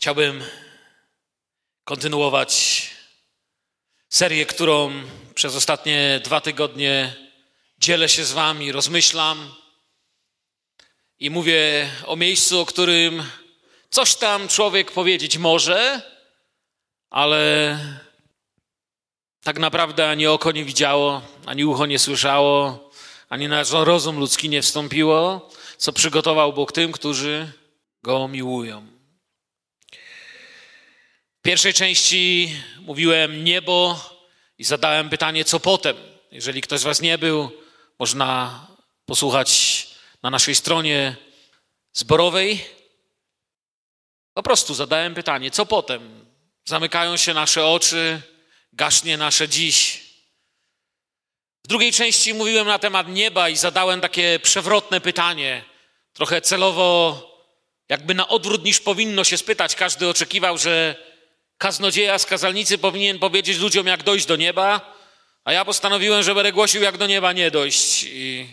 Chciałbym kontynuować serię, którą przez ostatnie 2 tygodnie dzielę się z wami, rozmyślam i mówię o miejscu, o którym coś tam człowiek powiedzieć może, ale tak naprawdę ani oko nie widziało, ani ucho nie słyszało, ani nasz rozum ludzki nie wstąpiło, co przygotował Bóg tym, którzy Go miłują. W pierwszej części mówiłem niebo i zadałem pytanie, co potem. Jeżeli ktoś z was nie był, można posłuchać na naszej stronie zborowej. Po prostu zadałem pytanie, co potem? Zamykają się nasze oczy, gaśnie nasze dziś. W drugiej części mówiłem na temat nieba i zadałem takie przewrotne pytanie. Trochę celowo, jakby na odwrót niż powinno się spytać. Każdy oczekiwał, że kaznodzieja z kazalnicy powinien powiedzieć ludziom, jak dojść do nieba, a ja postanowiłem, że będę głosił, jak do nieba nie dojść. I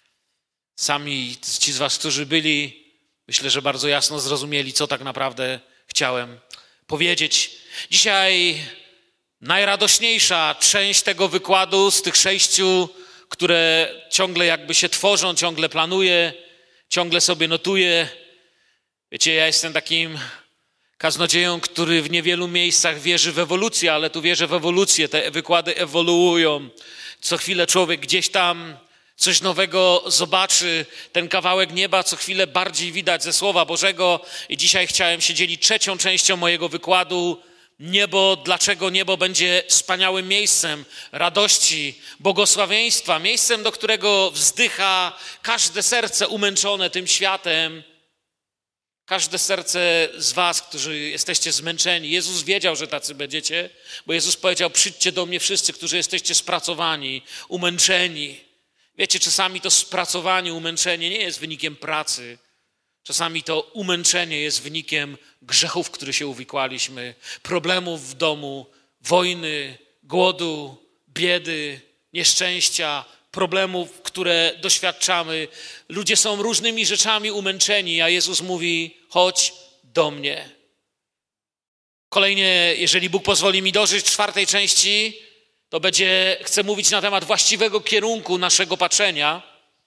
sami ci z was, którzy byli, myślę, że bardzo jasno zrozumieli, co tak naprawdę chciałem powiedzieć. Dzisiaj najradośniejsza część tego wykładu z tych 6, które ciągle jakby się tworzą, ciągle planuję, ciągle sobie notuję. Wiecie, ja jestem takim kaznodzieją, który w niewielu miejscach wierzy w ewolucję, ale tu wierzę w ewolucję. Te wykłady ewoluują. Co chwilę człowiek gdzieś tam coś nowego zobaczy. Ten kawałek nieba co chwilę bardziej widać ze Słowa Bożego. I dzisiaj chciałem się dzielić 3. częścią mojego wykładu. Niebo, dlaczego niebo będzie wspaniałym miejscem radości, błogosławieństwa, miejscem, do którego wzdycha każde serce umęczone tym światem. Każde serce z was, którzy jesteście zmęczeni. Jezus wiedział, że tacy będziecie, bo Jezus powiedział, przyjdźcie do mnie wszyscy, którzy jesteście spracowani, umęczeni. Wiecie, czasami to spracowanie, umęczenie nie jest wynikiem pracy. Czasami to umęczenie jest wynikiem grzechów, w które się uwikłaliśmy, problemów w domu, wojny, głodu, biedy, nieszczęścia, problemów, które doświadczamy. Ludzie są różnymi rzeczami umęczeni, a Jezus mówi, chodź do mnie. Kolejnie, jeżeli Bóg pozwoli mi dożyć 4. części, to chcę mówić na temat właściwego kierunku naszego patrzenia,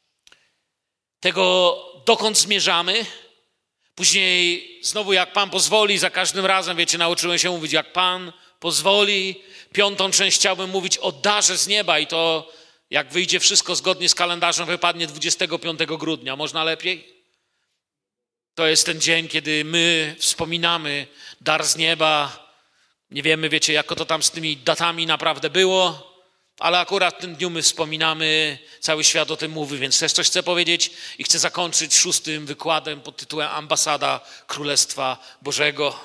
tego, dokąd zmierzamy. Później znowu, jak Pan pozwoli, za każdym razem, wiecie, nauczyłem się mówić, jak Pan pozwoli. 5. część chciałbym mówić o darze z nieba i to, jak wyjdzie wszystko zgodnie z kalendarzem, wypadnie 25 grudnia. Można lepiej? To jest ten dzień, kiedy my wspominamy dar z nieba. Nie wiemy, wiecie, jak to tam z tymi datami naprawdę było, ale akurat w tym dniu my wspominamy, cały świat o tym mówi, więc też coś chcę powiedzieć i chcę zakończyć 6. wykładem pod tytułem Ambasada Królestwa Bożego.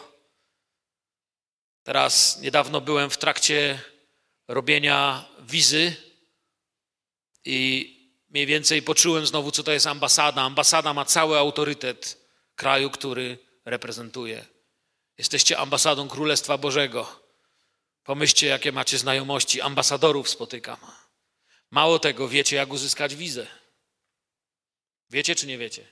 Teraz niedawno byłem w trakcie robienia wizy i mniej więcej poczułem znowu, co to jest ambasada. Ambasada ma cały autorytet kraju, który reprezentuje. Jesteście ambasadą Królestwa Bożego. Pomyślcie, jakie macie znajomości. Ambasadorów spotykam. Mało tego, wiecie, jak uzyskać wizę. Wiecie czy nie wiecie?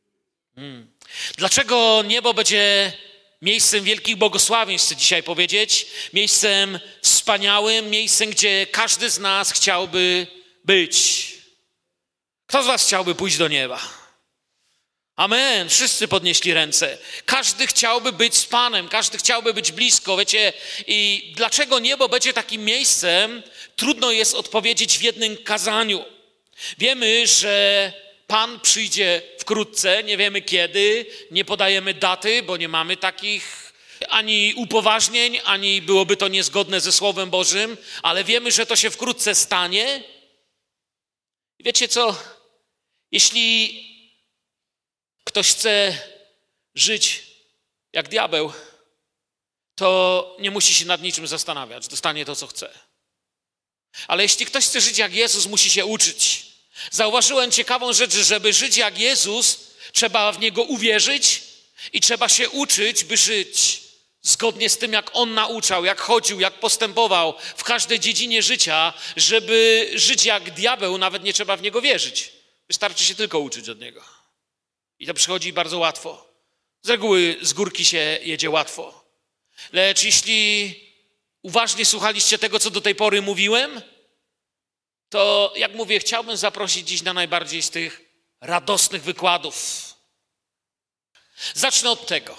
Dlaczego niebo będzie miejscem wielkich błogosławieństw, chcę dzisiaj powiedzieć? Miejscem wspaniałym, miejscem, gdzie każdy z nas chciałby być. Kto z was chciałby pójść do nieba? Amen. Wszyscy podnieśli ręce. Każdy chciałby być z Panem, każdy chciałby być blisko, wiecie. I dlaczego niebo będzie takim miejscem? Trudno jest odpowiedzieć w jednym kazaniu. Wiemy, że Pan przyjdzie wkrótce, nie wiemy kiedy, nie podajemy daty, bo nie mamy takich ani upoważnień, ani byłoby to niezgodne ze Słowem Bożym, ale wiemy, że to się wkrótce stanie. I wiecie co? Jeśli ktoś chce żyć jak diabeł, to nie musi się nad niczym zastanawiać, dostanie to, co chce. Ale jeśli ktoś chce żyć jak Jezus, musi się uczyć. Zauważyłem ciekawą rzecz, że żeby żyć jak Jezus, trzeba w Niego uwierzyć i trzeba się uczyć, by żyć zgodnie z tym, jak On nauczał, jak chodził, jak postępował w każdej dziedzinie życia. Żeby żyć jak diabeł, nawet nie trzeba w Niego wierzyć. Wystarczy się tylko uczyć od Niego. I to przychodzi bardzo łatwo. Z reguły z górki się jedzie łatwo. Lecz jeśli uważnie słuchaliście tego, co do tej pory mówiłem, to jak mówię, chciałbym zaprosić dziś na najbardziej z tych radosnych wykładów. Zacznę od tego.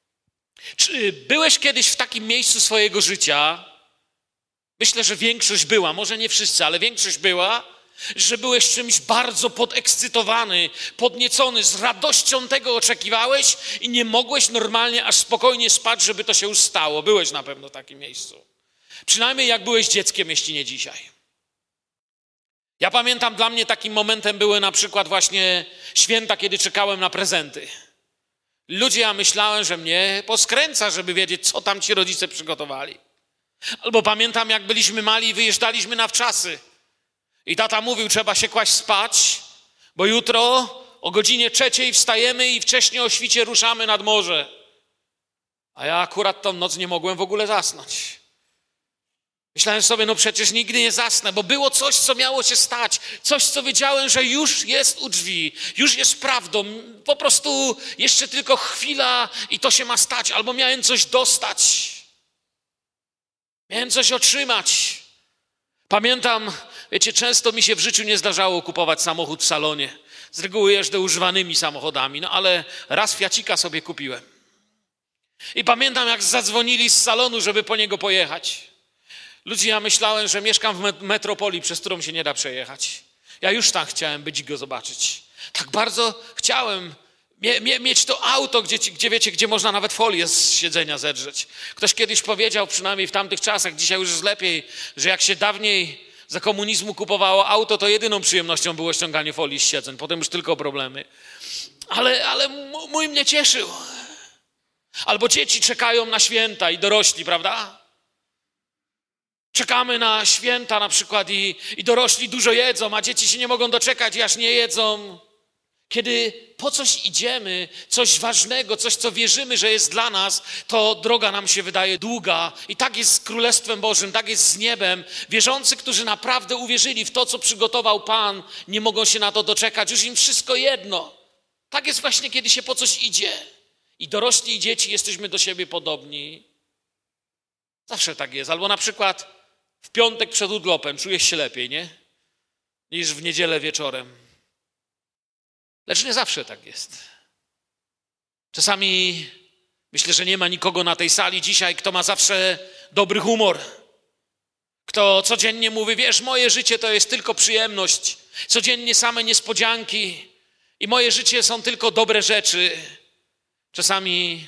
Czy byłeś kiedyś w takim miejscu swojego życia, myślę, że większość była, może nie wszyscy, ale większość była, że byłeś czymś bardzo podekscytowany, podniecony, z radością tego oczekiwałeś i nie mogłeś normalnie aż spokojnie spać, żeby to się już stało. Byłeś na pewno w takim miejscu. Przynajmniej jak byłeś dzieckiem, jeśli nie dzisiaj. Ja pamiętam, dla mnie takim momentem były na przykład właśnie święta, kiedy czekałem na prezenty. Ludzie, ja myślałem, że mnie poskręca, żeby wiedzieć, co tam ci rodzice przygotowali. Albo pamiętam, jak byliśmy mali i wyjeżdżaliśmy na wczasy. I tata mówił, trzeba się kłaść spać, bo jutro o godzinie 3:00 wstajemy i wcześniej o świcie ruszamy nad morze. A ja akurat tą noc nie mogłem w ogóle zasnąć. Myślałem sobie, no przecież nigdy nie zasnę, bo było coś, co miało się stać. Coś, co wiedziałem, że już jest u drzwi, już jest prawdą. Po prostu jeszcze tylko chwila i to się ma stać. Albo miałem coś dostać. Miałem coś otrzymać. Pamiętam, wiecie, często mi się w życiu nie zdarzało kupować samochód w salonie. Z reguły jeżdżę używanymi samochodami, no ale raz Fiacika sobie kupiłem. I pamiętam, jak zadzwonili z salonu, żeby po niego pojechać. Ludzie, ja myślałem, że mieszkam w metropolii, przez którą się nie da przejechać. Ja już tam chciałem być i go zobaczyć. Tak bardzo chciałem mieć to auto, gdzie wiecie, gdzie można nawet folię z siedzenia zedrzeć. Ktoś kiedyś powiedział, przynajmniej w tamtych czasach, dzisiaj już jest lepiej, że jak się dawniej za komunizmu kupowało auto, to jedyną przyjemnością było ściąganie folii z siedzeń. Potem już tylko problemy. Ale mój mnie cieszył. Albo dzieci czekają na święta i dorośli, prawda? Czekamy na święta na przykład i dorośli dużo jedzą, a dzieci się nie mogą doczekać i aż nie jedzą. Kiedy po coś idziemy, coś ważnego, coś, co wierzymy, że jest dla nas, to droga nam się wydaje długa. I tak jest z Królestwem Bożym, tak jest z niebem. Wierzący, którzy naprawdę uwierzyli w to, co przygotował Pan, nie mogą się na to doczekać. Już im wszystko jedno. Tak jest właśnie, kiedy się po coś idzie. I dorośli, i dzieci jesteśmy do siebie podobni. Zawsze tak jest. Albo na przykład w piątek przed urlopem czujesz się lepiej, nie? Niż w niedzielę wieczorem. Lecz nie zawsze tak jest. Czasami myślę, że nie ma nikogo na tej sali dzisiaj, kto ma zawsze dobry humor. Kto codziennie mówi, wiesz, moje życie to jest tylko przyjemność. Codziennie same niespodzianki. I moje życie są tylko dobre rzeczy. Czasami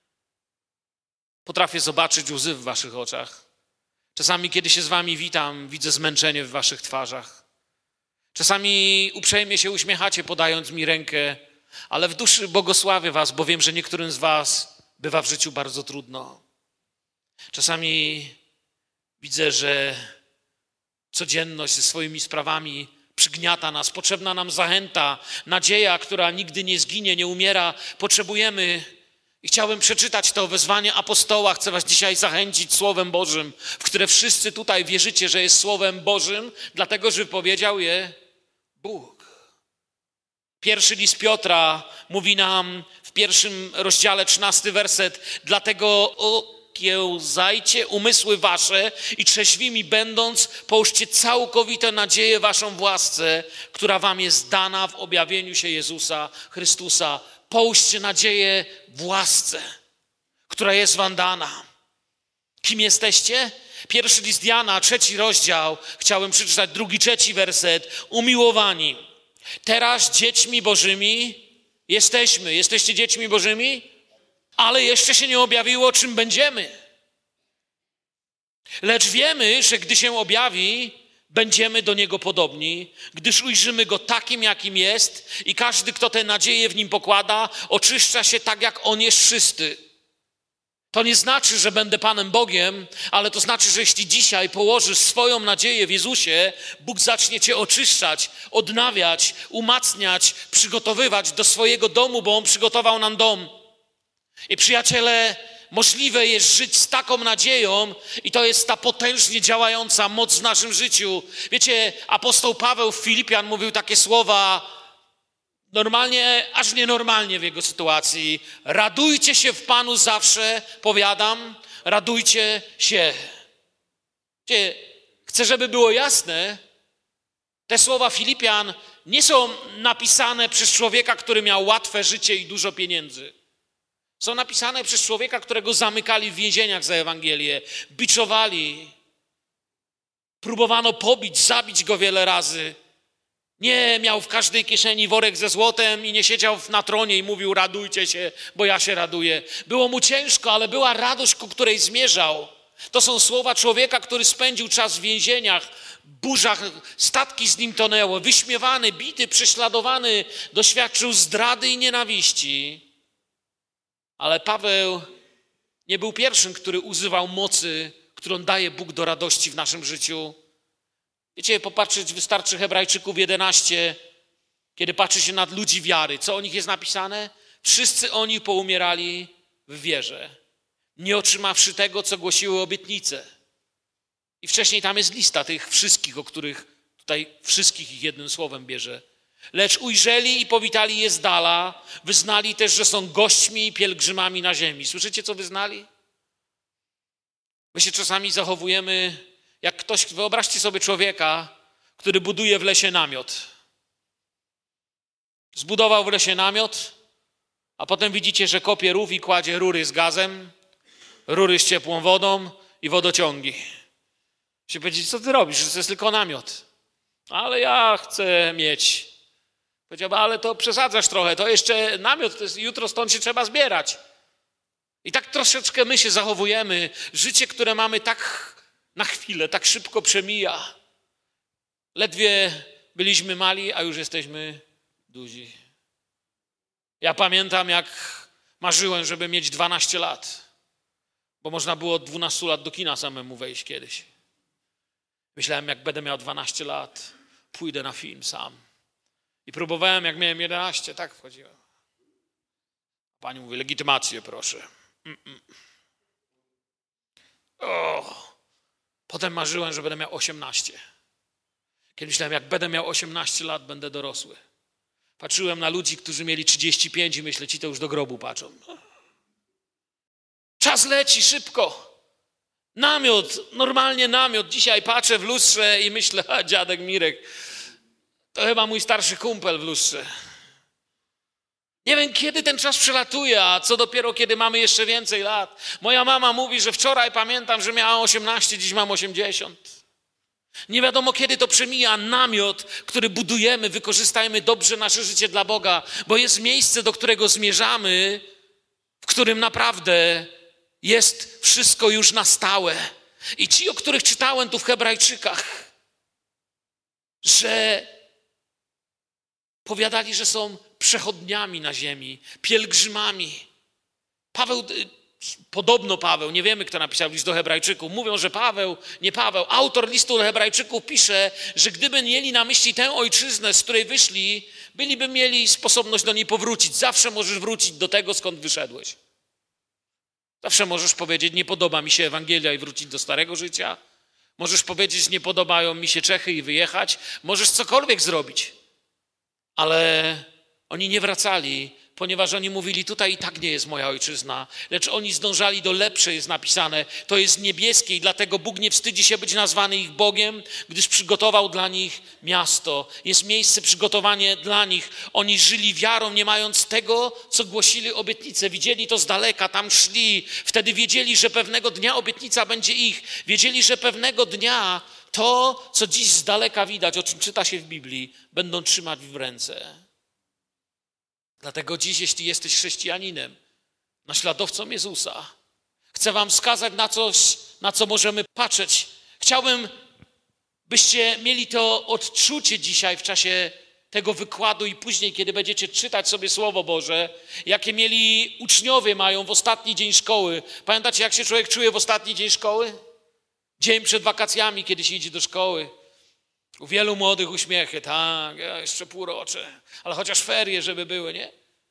potrafię zobaczyć łzy w waszych oczach. Czasami, kiedy się z wami witam, widzę zmęczenie w waszych twarzach. Czasami uprzejmie się uśmiechacie, podając mi rękę, ale w duszy błogosławię was, bo wiem, że niektórym z was bywa w życiu bardzo trudno. Czasami widzę, że codzienność ze swoimi sprawami przygniata nas, potrzebna nam zachęta, nadzieja, która nigdy nie zginie, nie umiera. Potrzebujemy. I chciałbym przeczytać to wezwanie apostoła. Chcę was dzisiaj zachęcić Słowem Bożym, w które wszyscy tutaj wierzycie, że jest Słowem Bożym, dlatego, że wypowiedział je Bóg. Pierwszy list Piotra mówi nam w 1 rozdziale 13 werset: dlatego okiełzajcie umysły wasze i trzeźwimi będąc, połóżcie całkowitą nadzieję waszą w łasce, która wam jest dana w objawieniu się Jezusa Chrystusa. Połóżcie nadzieję w łasce, która jest wam dana. Kim jesteście? Pierwszy list Jana, 3 rozdział. Chciałem przeczytać 2, 3 werset. Umiłowani, teraz dziećmi Bożymi jesteśmy. Jesteście dziećmi Bożymi? Ale jeszcze się nie objawiło, czym będziemy. Lecz wiemy, że gdy się objawi, będziemy do Niego podobni, gdyż ujrzymy Go takim, jakim jest i każdy, kto tę nadzieję w Nim pokłada, oczyszcza się tak, jak On jest czysty. To nie znaczy, że będę Panem Bogiem, ale to znaczy, że jeśli dzisiaj położysz swoją nadzieję w Jezusie, Bóg zacznie cię oczyszczać, odnawiać, umacniać, przygotowywać do swojego domu, bo On przygotował nam dom. I przyjaciele, możliwe jest żyć z taką nadzieją i to jest ta potężnie działająca moc w naszym życiu. Wiecie, apostoł Paweł w Filipian mówił takie słowa: normalnie, aż nienormalnie w jego sytuacji. Radujcie się w Panu zawsze, powiadam, radujcie się. Chcę, żeby było jasne, te słowa Filipian nie są napisane przez człowieka, który miał łatwe życie i dużo pieniędzy. Są napisane przez człowieka, którego zamykali w więzieniach za Ewangelię, biczowali, próbowano pobić, zabić go wiele razy. Nie miał w każdej kieszeni worek ze złotem i nie siedział na tronie i mówił: radujcie się, bo ja się raduję. Było mu ciężko, ale była radość, ku której zmierzał. To są słowa człowieka, który spędził czas w więzieniach, burzach, statki z nim tonęły, wyśmiewany, bity, prześladowany, doświadczył zdrady i nienawiści. Ale Paweł nie był pierwszym, który używał mocy, którą daje Bóg do radości w naszym życiu. Wiecie, popatrzeć wystarczy Hebrajczyków 11, kiedy patrzy się na ludzi wiary. Co o nich jest napisane? Wszyscy oni poumierali w wierze, nie otrzymawszy tego, co głosiły obietnice. I wcześniej tam jest lista tych wszystkich, o których tutaj wszystkich ich jednym słowem bierze. Lecz ujrzeli i powitali je z dala, wyznali też, że są gośćmi i pielgrzymami na ziemi. Słyszycie, co wyznali? My się czasami zachowujemy jak ktoś, wyobraźcie sobie człowieka, który buduje w lesie namiot. Zbudował w lesie namiot, a potem widzicie, że kopie rów i kładzie rury z gazem, rury z ciepłą wodą i wodociągi. Się powiedzieć, co ty robisz, że to jest tylko namiot. Ale ja chcę mieć. Powiedziałby, ale to przesadzasz trochę, to jeszcze namiot, to jest, jutro stąd się trzeba zbierać. I tak troszeczkę my się zachowujemy. Życie, które mamy tak na chwilę, tak szybko przemija. Ledwie byliśmy mali, a już jesteśmy duzi. Ja pamiętam, jak marzyłem, żeby mieć 12 lat, bo można było od 12 lat do kina samemu wejść kiedyś. Myślałem, jak będę miał 12 lat, pójdę na film sam. I próbowałem, jak miałem 11, tak wchodziłem. Pani mówi, legitymację proszę. Potem marzyłem, że będę miał 18. Kiedy myślałem, jak będę miał 18 lat, będę dorosły. Patrzyłem na ludzi, którzy mieli 35 i myślę, ci to już do grobu patrzą. Czas leci szybko. Namiot, normalnie namiot. Dzisiaj patrzę w lustrze i myślę, dziadek Mirek, to chyba mój starszy kumpel w lustrze. Nie wiem, kiedy ten czas przelatuje, a co dopiero, kiedy mamy jeszcze więcej lat. Moja mama mówi, że wczoraj pamiętam, że miała 18, dziś mam 80. Nie wiadomo, kiedy to przemija. Namiot, który budujemy, wykorzystajmy dobrze nasze życie dla Boga, bo jest miejsce, do którego zmierzamy, w którym naprawdę jest wszystko już na stałe. I ci, o których czytałem tu w Hebrajczykach, że powiadali, że są przechodniami na ziemi, pielgrzymami. Podobno Paweł, nie wiemy, kto napisał list do Hebrajczyków, mówią, że Paweł, nie Paweł, autor listu do Hebrajczyków pisze, że gdyby mieli na myśli tę ojczyznę, z której wyszli, byliby mieli sposobność do niej powrócić. Zawsze możesz wrócić do tego, skąd wyszedłeś. Zawsze możesz powiedzieć, nie podoba mi się Ewangelia i wrócić do starego życia. Możesz powiedzieć, nie podobają mi się Czechy i wyjechać. Możesz cokolwiek zrobić. Ale oni nie wracali, ponieważ oni mówili, tutaj i tak nie jest moja ojczyzna, lecz oni zdążali do lepszej, jest napisane, to jest niebieskie i dlatego Bóg nie wstydzi się być nazwany ich Bogiem, gdyż przygotował dla nich miasto. Jest miejsce przygotowanie dla nich. Oni żyli wiarą, nie mając tego, co głosili obietnice. Widzieli to z daleka, tam szli. Wtedy wiedzieli, że pewnego dnia obietnica będzie ich. Wiedzieli, że pewnego dnia to, co dziś z daleka widać, o czym czyta się w Biblii, będą trzymać w ręce. Dlatego dziś, jeśli jesteś chrześcijaninem, naśladowcą Jezusa, chcę wam wskazać na coś, na co możemy patrzeć. Chciałbym, byście mieli to odczucie dzisiaj w czasie tego wykładu i później, kiedy będziecie czytać sobie Słowo Boże, jakie mieli uczniowie mają w ostatni dzień szkoły. Pamiętacie, jak się człowiek czuje w ostatni dzień szkoły? Dzień przed wakacjami, kiedy się idzie do szkoły. U wielu młodych uśmiechy, tak, ja jeszcze półrocze, ale chociaż ferie, żeby były, nie?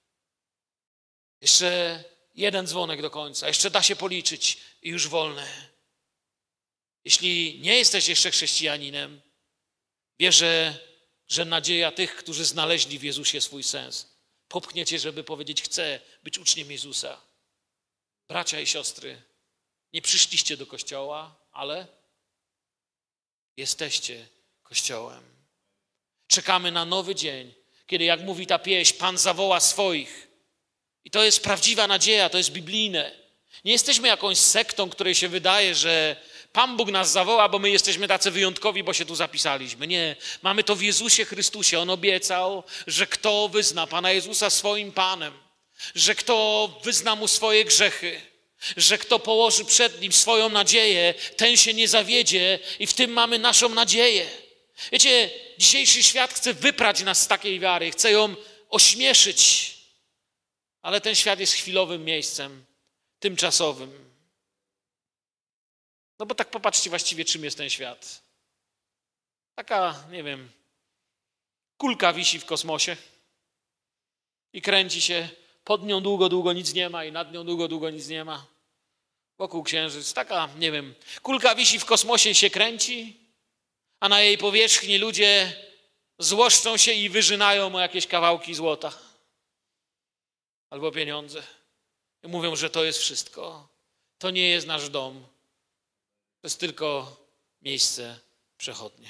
Jeszcze jeden dzwonek do końca, jeszcze da się policzyć i już wolne. Jeśli nie jesteś jeszcze chrześcijaninem, wierzę, że nadzieja tych, którzy znaleźli w Jezusie swój sens, popchniecie, żeby powiedzieć: chcę być uczniem Jezusa. Bracia i siostry, nie przyszliście do Kościoła, ale jesteście Kościołem. Czekamy na nowy dzień, kiedy, jak mówi ta pieśń, Pan zawoła swoich. I to jest prawdziwa nadzieja, to jest biblijne. Nie jesteśmy jakąś sektą, której się wydaje, że Pan Bóg nas zawoła, bo my jesteśmy tacy wyjątkowi, bo się tu zapisaliśmy. Nie, mamy to w Jezusie Chrystusie. On obiecał, że kto wyzna Pana Jezusa swoim Panem, że kto wyzna Mu swoje grzechy, że kto położy przed Nim swoją nadzieję, ten się nie zawiedzie i w tym mamy naszą nadzieję. Wiecie, dzisiejszy świat chce wyprać nas z takiej wiary, chce ją ośmieszyć, ale ten świat jest chwilowym miejscem, tymczasowym. No bo tak popatrzcie właściwie, czym jest ten świat. Taka, nie wiem, kulka wisi w kosmosie i kręci się, pod nią długo, długo nic nie ma i nad nią długo, długo nic nie ma. Wokół księżyc, taka, nie wiem, kulka wisi w kosmosie i się kręci, a na jej powierzchni ludzie złoszczą się i wyżynają o jakieś kawałki złota albo pieniądze. I mówią, że to jest wszystko. To nie jest nasz dom. To jest tylko miejsce przechodnie.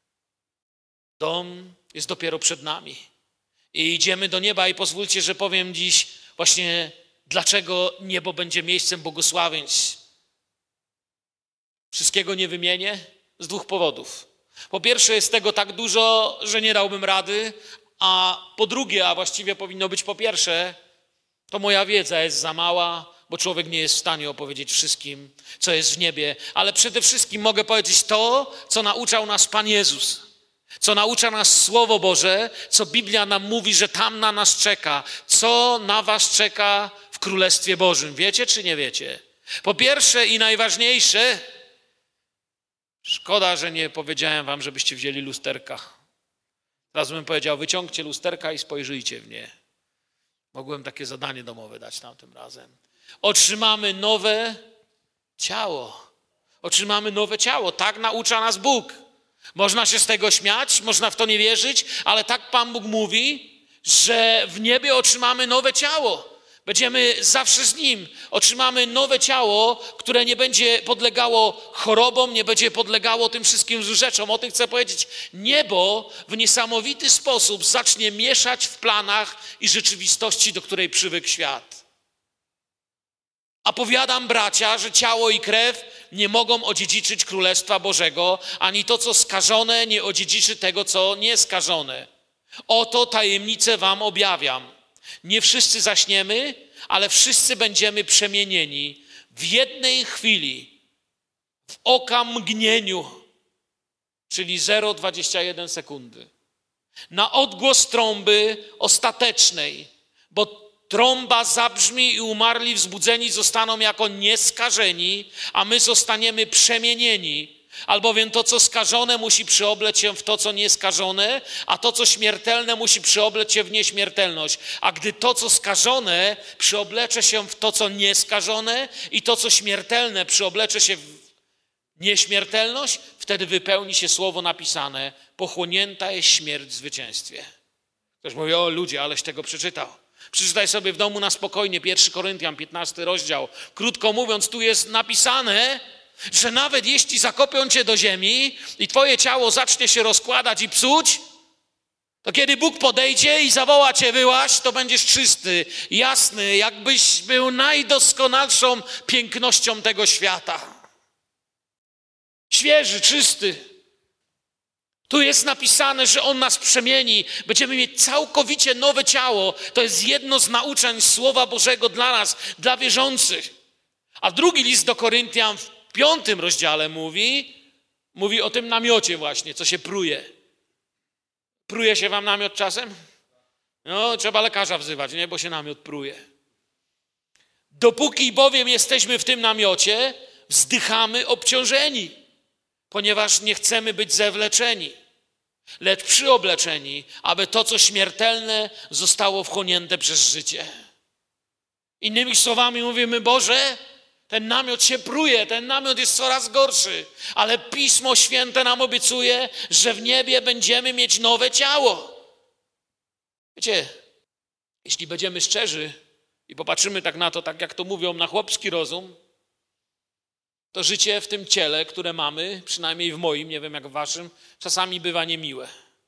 Dom jest dopiero przed nami. I idziemy do nieba i pozwólcie, że powiem dziś właśnie, dlaczego niebo będzie miejscem błogosławieństw. Wszystkiego nie wymienię z dwóch powodów. Po pierwsze, jest tego tak dużo, że nie dałbym rady, a po drugie, a właściwie powinno być po pierwsze, to moja wiedza jest za mała, bo człowiek nie jest w stanie opowiedzieć wszystkim, co jest w niebie. Ale przede wszystkim mogę powiedzieć to, co nauczał nas Pan Jezus, co naucza nas Słowo Boże, co Biblia nam mówi, że tam na nas czeka, co na was czeka w Królestwie Bożym. Wiecie czy nie wiecie? Po pierwsze i najważniejsze, szkoda, że nie powiedziałem wam, żebyście wzięli lusterka. Teraz bym powiedział: wyciągcie lusterka i spojrzyjcie w nie. Mogłem takie zadanie domowe dać tamtym razem. Otrzymamy nowe ciało. Otrzymamy nowe ciało. Tak naucza nas Bóg. Można się z tego śmiać, można w to nie wierzyć, ale tak Pan Bóg mówi, że w niebie otrzymamy nowe ciało. Będziemy zawsze z Nim. Otrzymamy nowe ciało, które nie będzie podlegało chorobom, nie będzie podlegało tym wszystkim rzeczom. O tym chcę powiedzieć. Niebo w niesamowity sposób zacznie mieszać w planach i rzeczywistości, do której przywykł świat. A powiadam, bracia, że ciało i krew nie mogą odziedziczyć Królestwa Bożego, ani to, co skażone, nie odziedziczy tego, co nieskażone. Oto tajemnicę wam objawiam. Nie wszyscy zaśniemy, ale wszyscy będziemy przemienieni w jednej chwili, w okamgnieniu, czyli 0,21 sekundy. Na odgłos trąby ostatecznej, bo trąba zabrzmi i umarli wzbudzeni zostaną jako nieskażeni, a my zostaniemy przemienieni. Albowiem to, co skażone, musi przyobleć się w to, co nieskażone, a to, co śmiertelne, musi przyobleć się w nieśmiertelność. A gdy to, co skażone, przyoblecze się w to, co nieskażone i to, co śmiertelne, przyoblecze się w nieśmiertelność, wtedy wypełni się słowo napisane: pochłonięta jest śmierć w zwycięstwie. Ktoś mówi: o ludzie, aleś tego przeczytał. Przeczytaj sobie w domu na spokojnie 1 Koryntian, 15 rozdział. Krótko mówiąc, tu jest napisane, że nawet jeśli zakopią cię do ziemi i twoje ciało zacznie się rozkładać i psuć, to kiedy Bóg podejdzie i zawoła cię: wyłaź, to będziesz czysty, jasny, jakbyś był najdoskonalszą pięknością tego świata. Świeży, czysty. Tu jest napisane, że On nas przemieni. Będziemy mieć całkowicie nowe ciało. To jest jedno z nauczań Słowa Bożego dla nas, dla wierzących. A drugi list do Koryntian w 5 rozdziale mówi o tym namiocie właśnie, co się pruje. Pruje się wam namiot czasem? No, trzeba lekarza wzywać, nie? Bo się namiot pruje. Dopóki bowiem jesteśmy w tym namiocie, wzdychamy obciążeni, ponieważ nie chcemy być zewleczeni, lecz przyobleczeni, aby to, co śmiertelne, zostało wchłonięte przez życie. Innymi słowami mówimy: Boże, Ten namiot się pruje, ten namiot jest coraz gorszy, ale Pismo Święte nam obiecuje, że w niebie będziemy mieć nowe ciało. Wiecie, jeśli będziemy szczerzy i popatrzymy tak na to, tak jak to mówią, na chłopski rozum, to życie w tym ciele, które mamy, przynajmniej w moim, nie wiem jak w waszym, czasami bywa niemiłe.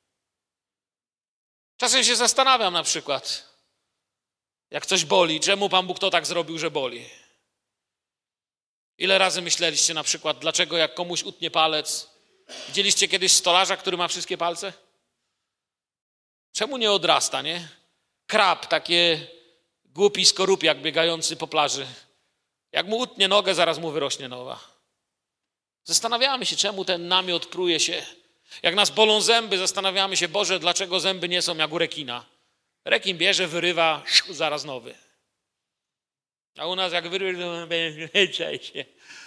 Czasem się zastanawiam na przykład, jak coś boli, czemu Pan Bóg to tak zrobił, że boli. Ile razy myśleliście na przykład, dlaczego jak komuś utnie palec, widzieliście kiedyś stolarza, który ma wszystkie palce? Czemu nie odrasta, nie? Krab, takie głupi skorupiak biegający po plaży. Jak mu utnie nogę, zaraz mu wyrośnie nowa. Zastanawiamy się, czemu ten namiot pruje się. Jak nas bolą zęby, zastanawiamy się, Boże, dlaczego zęby nie są jak u rekina. Rekin bierze, wyrywa, zaraz nowy. A u nas jak wyrywa, będzie.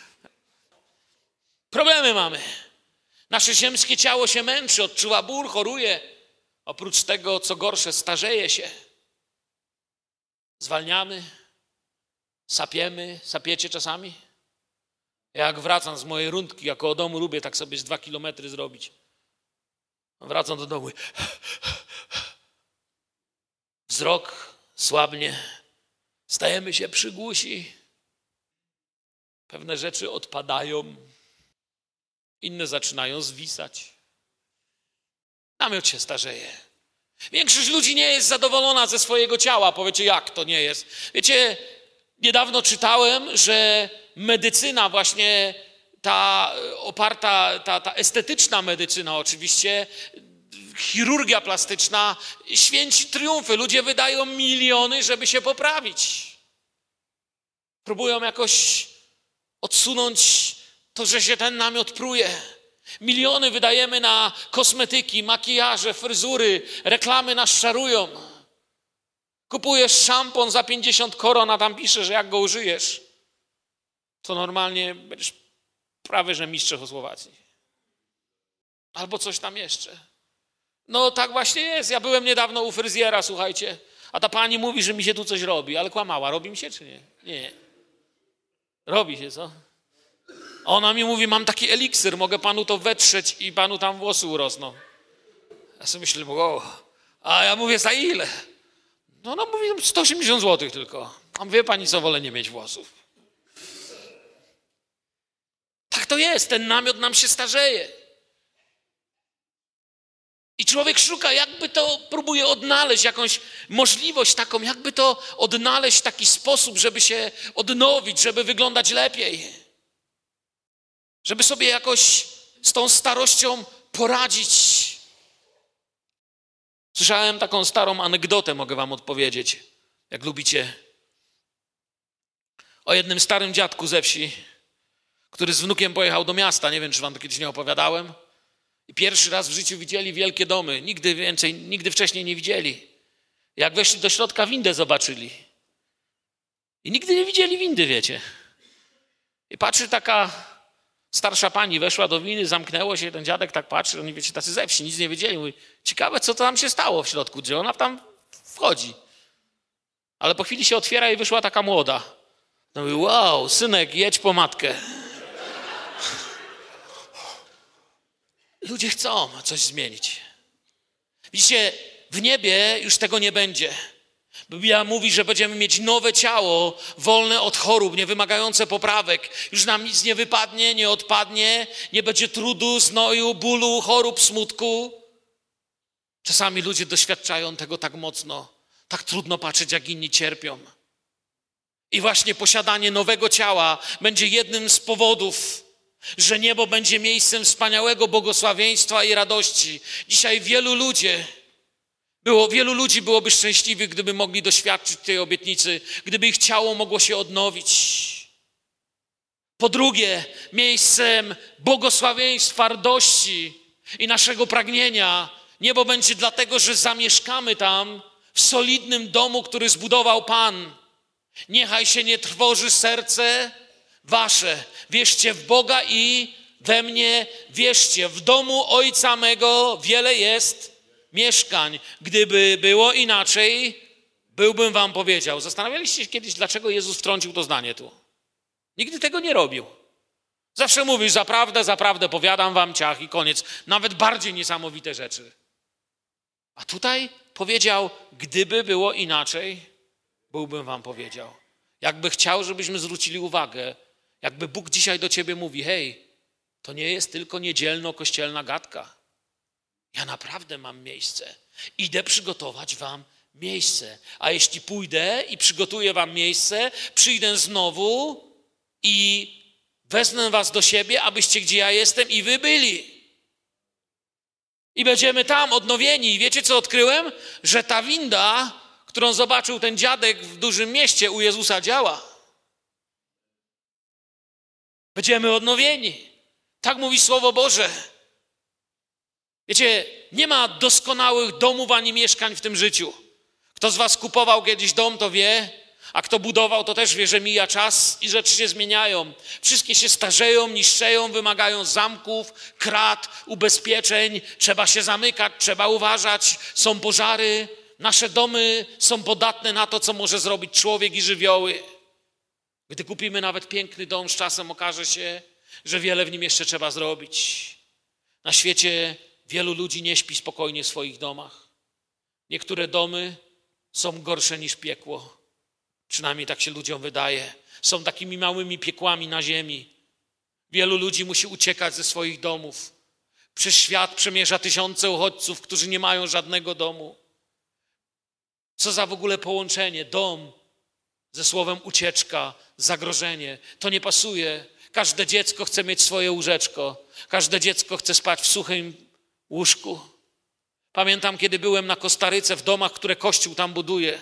Problemy mamy. Nasze ziemskie ciało się męczy, odczuwa ból, choruje. Oprócz tego, co gorsze, starzeje się. Zwalniamy, sapiemy. Sapiecie czasami? Jak wracam z mojej rundki, jako o domu lubię tak sobie z 2 kilometry zrobić. Wracam do domu. Wzrok słabnie. Stajemy się przygłusi. Pewne rzeczy odpadają. Inne zaczynają zwisać. Namiot się starzeje. Większość ludzi nie jest zadowolona ze swojego ciała. Powiecie, jak to nie jest? Wiecie, niedawno czytałem, że medycyna właśnie ta oparta, ta estetyczna medycyna oczywiście, chirurgia plastyczna, święci triumfy. Ludzie wydają miliony, żeby się poprawić. Próbują jakoś odsunąć to, że się ten namiot pruje. Miliony wydajemy na kosmetyki, makijaże, fryzury, reklamy nas szarują. Kupujesz szampon za 50 koron, a tam pisze, że jak go użyjesz, to normalnie będziesz prawie, że mistrzem Czechosłowacji. Albo coś tam jeszcze. No tak właśnie jest. Ja byłem niedawno u fryzjera, słuchajcie, a ta pani mówi, że mi się tu coś robi, ale kłamała. Robi mi się czy nie? Nie. Robi się, co? A ona mi mówi, mam taki eliksir, mogę panu to wetrzeć i panu tam włosy urosną. Ja sobie myślę, wow. A ja mówię, za ile? No ona mówi, 180 zł tylko. A wie pani co, wolę nie mieć włosów. Tak to jest, ten namiot nam się starzeje. I człowiek szuka, jakby to, próbuje odnaleźć jakąś możliwość taką, jakby to odnaleźć taki sposób, żeby się odnowić, żeby wyglądać lepiej. Żeby sobie jakoś z tą starością poradzić. Słyszałem taką starą anegdotę, mogę wam odpowiedzieć, jak lubicie. O jednym starym dziadku ze wsi, który z wnukiem pojechał do miasta. Nie wiem, czy wam to kiedyś nie opowiadałem. I pierwszy raz w życiu widzieli wielkie domy. Nigdy wcześniej nie widzieli. Jak weszli do środka, windę zobaczyli. I nigdy nie widzieli windy, wiecie. I patrzy taka starsza pani, weszła do windy, zamknęło się, ten dziadek tak patrzy, oni wiecie, tacy ze wsi, nic nie wiedzieli. Mówi, ciekawe, co tam się stało w środku, gdzie ona tam wchodzi. Ale po chwili się otwiera i wyszła taka młoda. No mówi, wow, synek, jedź po matkę. Ludzie chcą coś zmienić. Widzicie, w niebie już tego nie będzie. Biblia mówi, że będziemy mieć nowe ciało, wolne od chorób, nie wymagające poprawek. Już nam nic nie wypadnie, nie odpadnie, nie będzie trudu, znoju, bólu, chorób, smutku. Czasami ludzie doświadczają tego tak mocno, tak trudno patrzeć, jak inni cierpią. I właśnie posiadanie nowego ciała będzie jednym z powodów, że niebo będzie miejscem wspaniałego błogosławieństwa i radości. Dzisiaj wielu ludzi byłoby szczęśliwych, gdyby mogli doświadczyć tej obietnicy, gdyby ich ciało mogło się odnowić. Po drugie, miejscem błogosławieństwa, radości i naszego pragnienia niebo będzie dlatego, że zamieszkamy tam w solidnym domu, który zbudował Pan. Niechaj się nie trwoży serce wasze. Wierzcie w Boga i we mnie wierzcie. W domu Ojca mego wiele jest mieszkań. Gdyby było inaczej, byłbym wam powiedział. Zastanawialiście się kiedyś, dlaczego Jezus wtrącił to zdanie tu? Nigdy tego nie robił. Zawsze mówisz, zaprawdę, powiadam wam, ciach i koniec. Nawet bardziej niesamowite rzeczy. A tutaj powiedział, gdyby było inaczej, byłbym wam powiedział. Jakby chciał, żebyśmy zwrócili uwagę, jakby Bóg dzisiaj do ciebie mówi, hej, to nie jest tylko niedzielno-kościelna gadka. Ja naprawdę mam miejsce. Idę przygotować wam miejsce. A jeśli pójdę i przygotuję wam miejsce, przyjdę znowu i wezmę was do siebie, abyście gdzie ja jestem i wy byli. I będziemy tam odnowieni. I wiecie, co odkryłem? Że ta winda, którą zobaczył ten dziadek w dużym mieście, u Jezusa działa. Będziemy odnowieni. Tak mówi Słowo Boże. Wiecie, nie ma doskonałych domów ani mieszkań w tym życiu. Kto z was kupował kiedyś dom, to wie, a kto budował, to też wie, że mija czas i rzeczy się zmieniają. Wszystkie się starzeją, niszczeją, wymagają zamków, krat, ubezpieczeń. Trzeba się zamykać, trzeba uważać, są pożary. Nasze domy są podatne na to, co może zrobić człowiek i żywioły. Gdy kupimy nawet piękny dom, z czasem okaże się, że wiele w nim jeszcze trzeba zrobić. Na świecie wielu ludzi nie śpi spokojnie w swoich domach. Niektóre domy są gorsze niż piekło. Przynajmniej tak się ludziom wydaje. Są takimi małymi piekłami na ziemi. Wielu ludzi musi uciekać ze swoich domów. Przez świat przemierza tysiące uchodźców, którzy nie mają żadnego domu. Co za w ogóle połączenie? Dom ze słowem ucieczka, zagrożenie. To nie pasuje. Każde dziecko chce mieć swoje łóżeczko. Każde dziecko chce spać w suchym łóżku. Pamiętam, kiedy byłem na Kostaryce w domach, które Kościół tam buduje.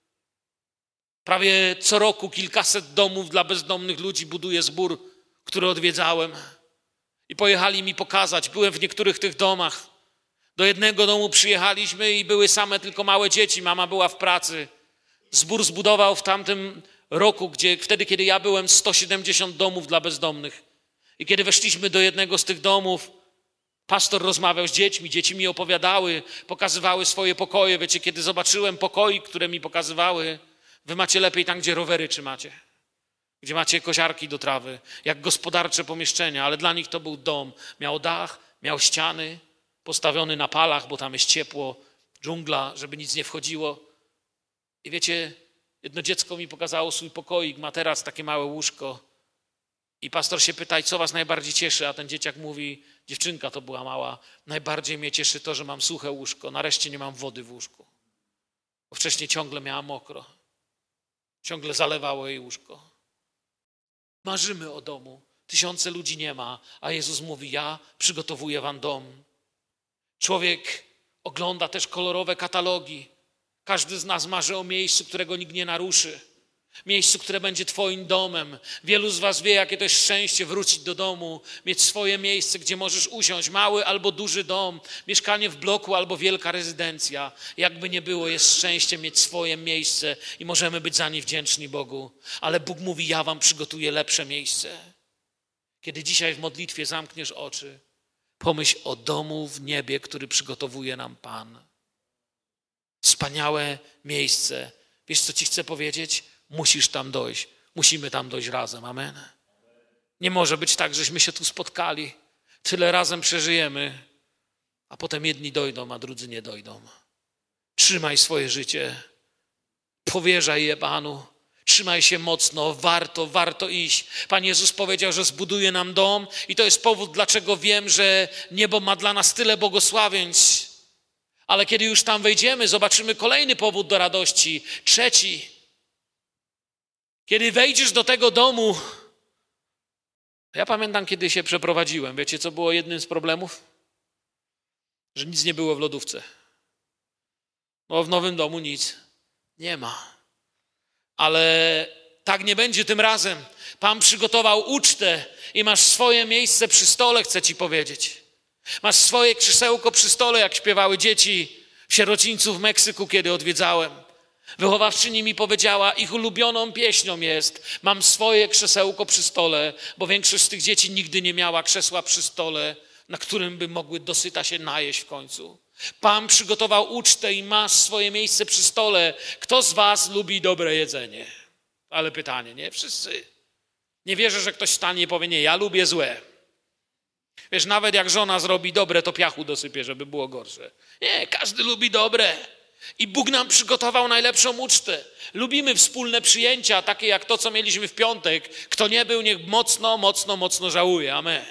Prawie co roku kilkaset domów dla bezdomnych ludzi buduje zbór, który odwiedzałem. I pojechali mi pokazać. Byłem w niektórych tych domach. Do jednego domu przyjechaliśmy i były same tylko małe dzieci. Mama była w pracy. Zbór zbudował w tamtym roku, wtedy, kiedy ja byłem, 170 domów dla bezdomnych. I kiedy weszliśmy do jednego z tych domów, pastor rozmawiał z dziećmi, dzieci mi opowiadały, pokazywały swoje pokoje. Wiecie, kiedy zobaczyłem pokoje, które mi pokazywały, wy macie lepiej tam, gdzie rowery trzymacie, gdzie macie kosiarki do trawy, jak gospodarcze pomieszczenia, ale dla nich to był dom. Miał dach, miał ściany, postawiony na palach, bo tam jest ciepło, dżungla, żeby nic nie wchodziło. I wiecie, jedno dziecko mi pokazało swój pokoik, ma teraz takie małe łóżko. I pastor się pyta, co was najbardziej cieszy? A ten dzieciak mówi, dziewczynka to była mała, najbardziej mnie cieszy to, że mam suche łóżko, nareszcie nie mam wody w łóżku. Bo wcześniej ciągle miała mokro. Ciągle zalewało jej łóżko. Marzymy o domu. Tysiące ludzi nie ma, a Jezus mówi, ja przygotowuję wam dom. Człowiek ogląda też kolorowe katalogi. Każdy z nas marzy o miejscu, którego nikt nie naruszy. Miejscu, które będzie twoim domem. Wielu z was wie, jakie to jest szczęście wrócić do domu, mieć swoje miejsce, gdzie możesz usiąść, mały albo duży dom, mieszkanie w bloku albo wielka rezydencja. Jakby nie było, jest szczęście mieć swoje miejsce i możemy być za nie wdzięczni Bogu. Ale Bóg mówi, ja wam przygotuję lepsze miejsce. Kiedy dzisiaj w modlitwie zamkniesz oczy, pomyśl o domu w niebie, który przygotowuje nam Pan. Wspaniałe miejsce. Wiesz, co ci chcę powiedzieć? Musisz tam dojść. Musimy tam dojść razem. Amen. Nie może być tak, żeśmy się tu spotkali. Tyle razem przeżyjemy, a potem jedni dojdą, a drudzy nie dojdą. Trzymaj swoje życie. Powierzaj je Panu. Trzymaj się mocno. Warto iść. Pan Jezus powiedział, że zbuduje nam dom i to jest powód, dlaczego wiem, że niebo ma dla nas tyle błogosławieństw. Ale kiedy już tam wejdziemy, zobaczymy kolejny powód do radości. Trzeci. Kiedy wejdziesz do tego domu, ja pamiętam, kiedy się przeprowadziłem. Wiecie, co było jednym z problemów? Że nic nie było w lodówce. Bo w nowym domu nic nie ma. Ale tak nie będzie tym razem. Pan przygotował ucztę i masz swoje miejsce przy stole, chcę ci powiedzieć. Masz swoje krzesełko przy stole, jak śpiewały dzieci w sierocińcu w Meksyku, kiedy odwiedzałem. Wychowawczyni mi powiedziała, ich ulubioną pieśnią jest, mam swoje krzesełko przy stole, bo większość z tych dzieci nigdy nie miała krzesła przy stole, na którym by mogły dosyta się najeść w końcu. Pan przygotował ucztę i masz swoje miejsce przy stole. Kto z was lubi dobre jedzenie? Ale pytanie, nie? Wszyscy. Nie wierzę, że ktoś stanie i powie, nie, ja lubię złe. Wiesz, nawet jak żona zrobi dobre, to piachu dosypie, żeby było gorsze. Nie, każdy lubi dobre. I Bóg nam przygotował najlepszą ucztę. Lubimy wspólne przyjęcia, takie jak to, co mieliśmy w piątek. Kto nie był, niech mocno żałuje. Amen.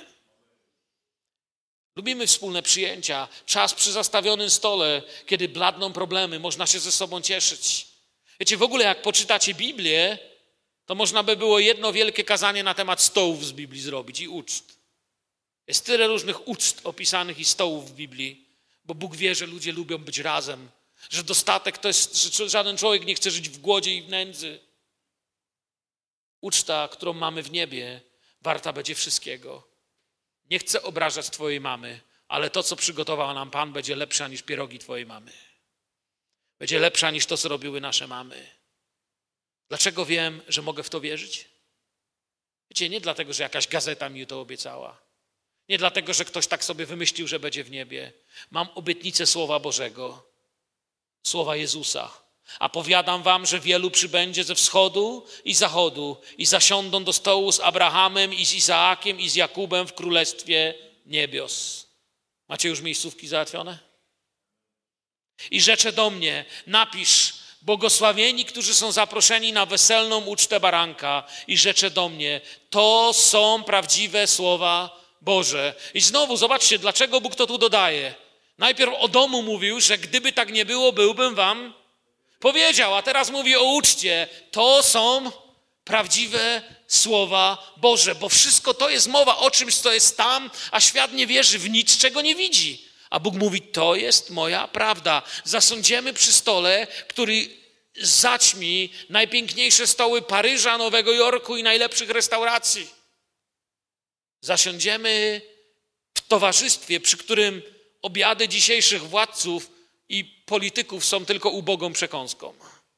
Lubimy wspólne przyjęcia. Czas przy zastawionym stole, kiedy bladną problemy, można się ze sobą cieszyć. Wiecie, w ogóle jak poczytacie Biblię, to można by było jedno wielkie kazanie na temat stołów z Biblii zrobić i uczt. Jest tyle różnych uczt opisanych i stołów w Biblii, bo Bóg wie, że ludzie lubią być razem, że dostatek to jest, że żaden człowiek nie chce żyć w głodzie i w nędzy. Uczta, którą mamy w niebie, warta będzie wszystkiego. Nie chcę obrażać twojej mamy, ale to, co przygotował nam Pan, będzie lepsza niż pierogi twojej mamy. Będzie lepsza niż to, co robiły nasze mamy. Dlaczego wiem, że mogę w to wierzyć? Wiecie, nie dlatego, że jakaś gazeta mi to obiecała. Nie dlatego, że ktoś tak sobie wymyślił, że będzie w niebie. Mam obietnicę Słowa Bożego, Słowa Jezusa. A powiadam wam, że wielu przybędzie ze wschodu i zachodu i zasiądą do stołu z Abrahamem i z Izaakiem i z Jakubem w Królestwie Niebios. Macie już miejscówki załatwione? I rzecze do mnie, napisz, błogosławieni, którzy są zaproszeni na weselną ucztę baranka. I rzecze do mnie, to są prawdziwe słowa Boże. I znowu zobaczcie, dlaczego Bóg to tu dodaje. Najpierw o domu mówił, że gdyby tak nie było, byłbym wam powiedział, a teraz mówi o uczcie. To są prawdziwe słowa Boże, bo wszystko to jest mowa o czymś, co jest tam, a świat nie wierzy w nic, czego nie widzi. A Bóg mówi, to jest moja prawda. Zasądziemy przy stole, który zaćmi najpiękniejsze stoły Paryża, Nowego Jorku i najlepszych restauracji. Zasiądziemy w towarzystwie, przy którym obiady dzisiejszych władców i polityków są tylko ubogą przekąską.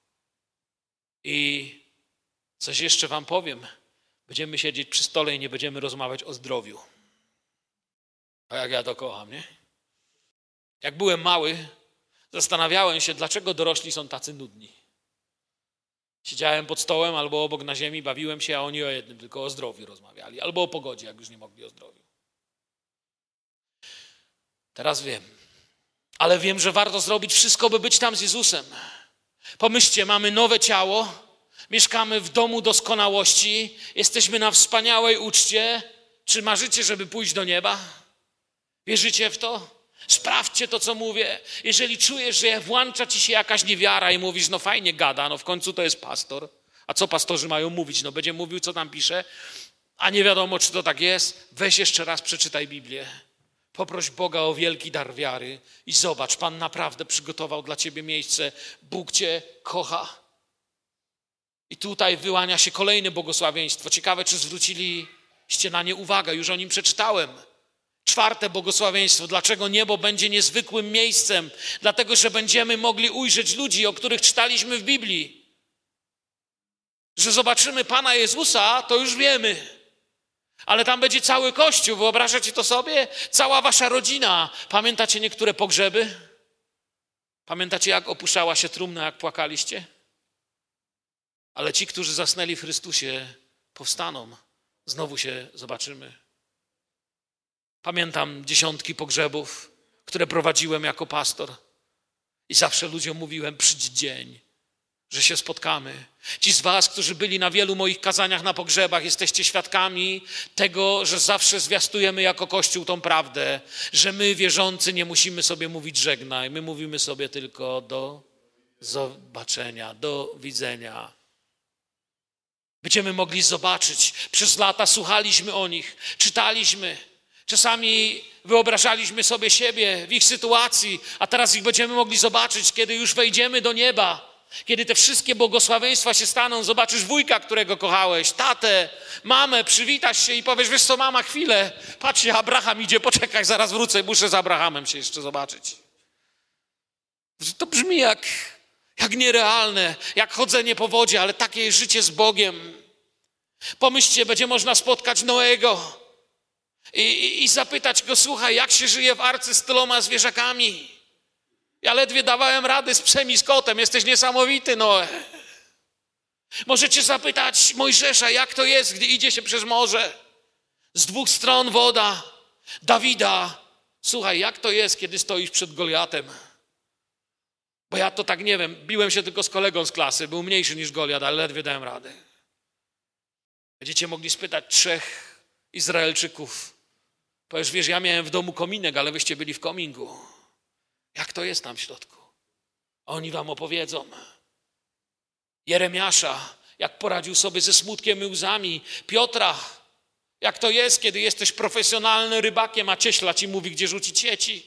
I coś jeszcze wam powiem. Będziemy siedzieć przy stole i nie będziemy rozmawiać o zdrowiu. A jak ja to kocham, nie? Jak byłem mały, zastanawiałem się, dlaczego dorośli są tacy nudni. Siedziałem pod stołem albo obok na ziemi, bawiłem się, a oni o jednym, tylko o zdrowiu rozmawiali. Albo o pogodzie, jak już nie mogli o zdrowiu. Teraz wiem. Ale wiem, że warto zrobić wszystko, by być tam z Jezusem. Pomyślcie, mamy nowe ciało, mieszkamy w domu doskonałości, jesteśmy na wspaniałej uczcie. Czy marzycie, żeby pójść do nieba? Wierzycie w to? Sprawdźcie to, co mówię. Jeżeli czujesz, że włącza ci się jakaś niewiara i mówisz, no fajnie gada, no w końcu to jest pastor. A co pastorzy mają mówić? No będzie mówił, co tam pisze, a nie wiadomo, czy to tak jest. Weź jeszcze raz, przeczytaj Biblię. Poproś Boga o wielki dar wiary i zobacz, Pan naprawdę przygotował dla ciebie miejsce. Bóg cię kocha. I tutaj wyłania się kolejne błogosławieństwo. Ciekawe, czy zwróciliście na nie uwagę. Już o nim przeczytałem. 4. błogosławieństwo. Dlaczego niebo będzie niezwykłym miejscem? Dlatego, że będziemy mogli ujrzeć ludzi, o których czytaliśmy w Biblii. Że zobaczymy Pana Jezusa, to już wiemy. Ale tam będzie cały Kościół. Wyobrażacie to sobie? Cała wasza rodzina. Pamiętacie niektóre pogrzeby? Pamiętacie, jak opuszczała się trumna, jak płakaliście? Ale ci, którzy zasnęli w Chrystusie, powstaną. Znowu się zobaczymy. Pamiętam dziesiątki pogrzebów, które prowadziłem jako pastor. I zawsze ludziom mówiłem, przyjdź dzień, że się spotkamy. Ci z was, którzy byli na wielu moich kazaniach na pogrzebach, jesteście świadkami tego, że zawsze zwiastujemy jako Kościół tą prawdę, że my, wierzący, nie musimy sobie mówić żegnaj. My mówimy sobie tylko do zobaczenia, do widzenia. Będziemy mogli zobaczyć. Przez lata słuchaliśmy o nich, czytaliśmy. Czasami wyobrażaliśmy sobie siebie w ich sytuacji, a teraz ich będziemy mogli zobaczyć, kiedy już wejdziemy do nieba. Kiedy te wszystkie błogosławieństwa się staną, zobaczysz wujka, którego kochałeś, tatę, mamę, przywitasz się i powiesz, wiesz co, mama, chwilę, patrzcie, Abraham idzie, poczekaj, zaraz wrócę, muszę z Abrahamem się jeszcze zobaczyć. To brzmi jak nierealne, jak chodzenie po wodzie, ale takie jest życie z Bogiem. Pomyślcie, będzie można spotkać Noego i zapytać go, słuchaj, jak się żyje w arce z tyloma zwierzakami? Ja ledwie dawałem rady z psem i z kotem, jesteś niesamowity, Noe. Możecie zapytać Mojżesza, jak to jest, gdy idzie się przez morze. Z dwóch stron woda. Dawida, słuchaj, jak to jest, kiedy stoisz przed Goliatem? Bo ja to tak nie wiem, biłem się tylko z kolegą z klasy, był mniejszy niż Goliat, ale ledwie dałem radę. Będziecie mogli spytać 3 Izraelczyków. Powiesz, wiesz, ja miałem w domu kominek, ale wyście byli w kominku. Jak to jest tam w środku? Oni wam opowiedzą. Jeremiasza, jak poradził sobie ze smutkiem i łzami. Piotra, jak to jest, kiedy jesteś profesjonalnym rybakiem, a cieśla ci mówi, gdzie rzucić sieci.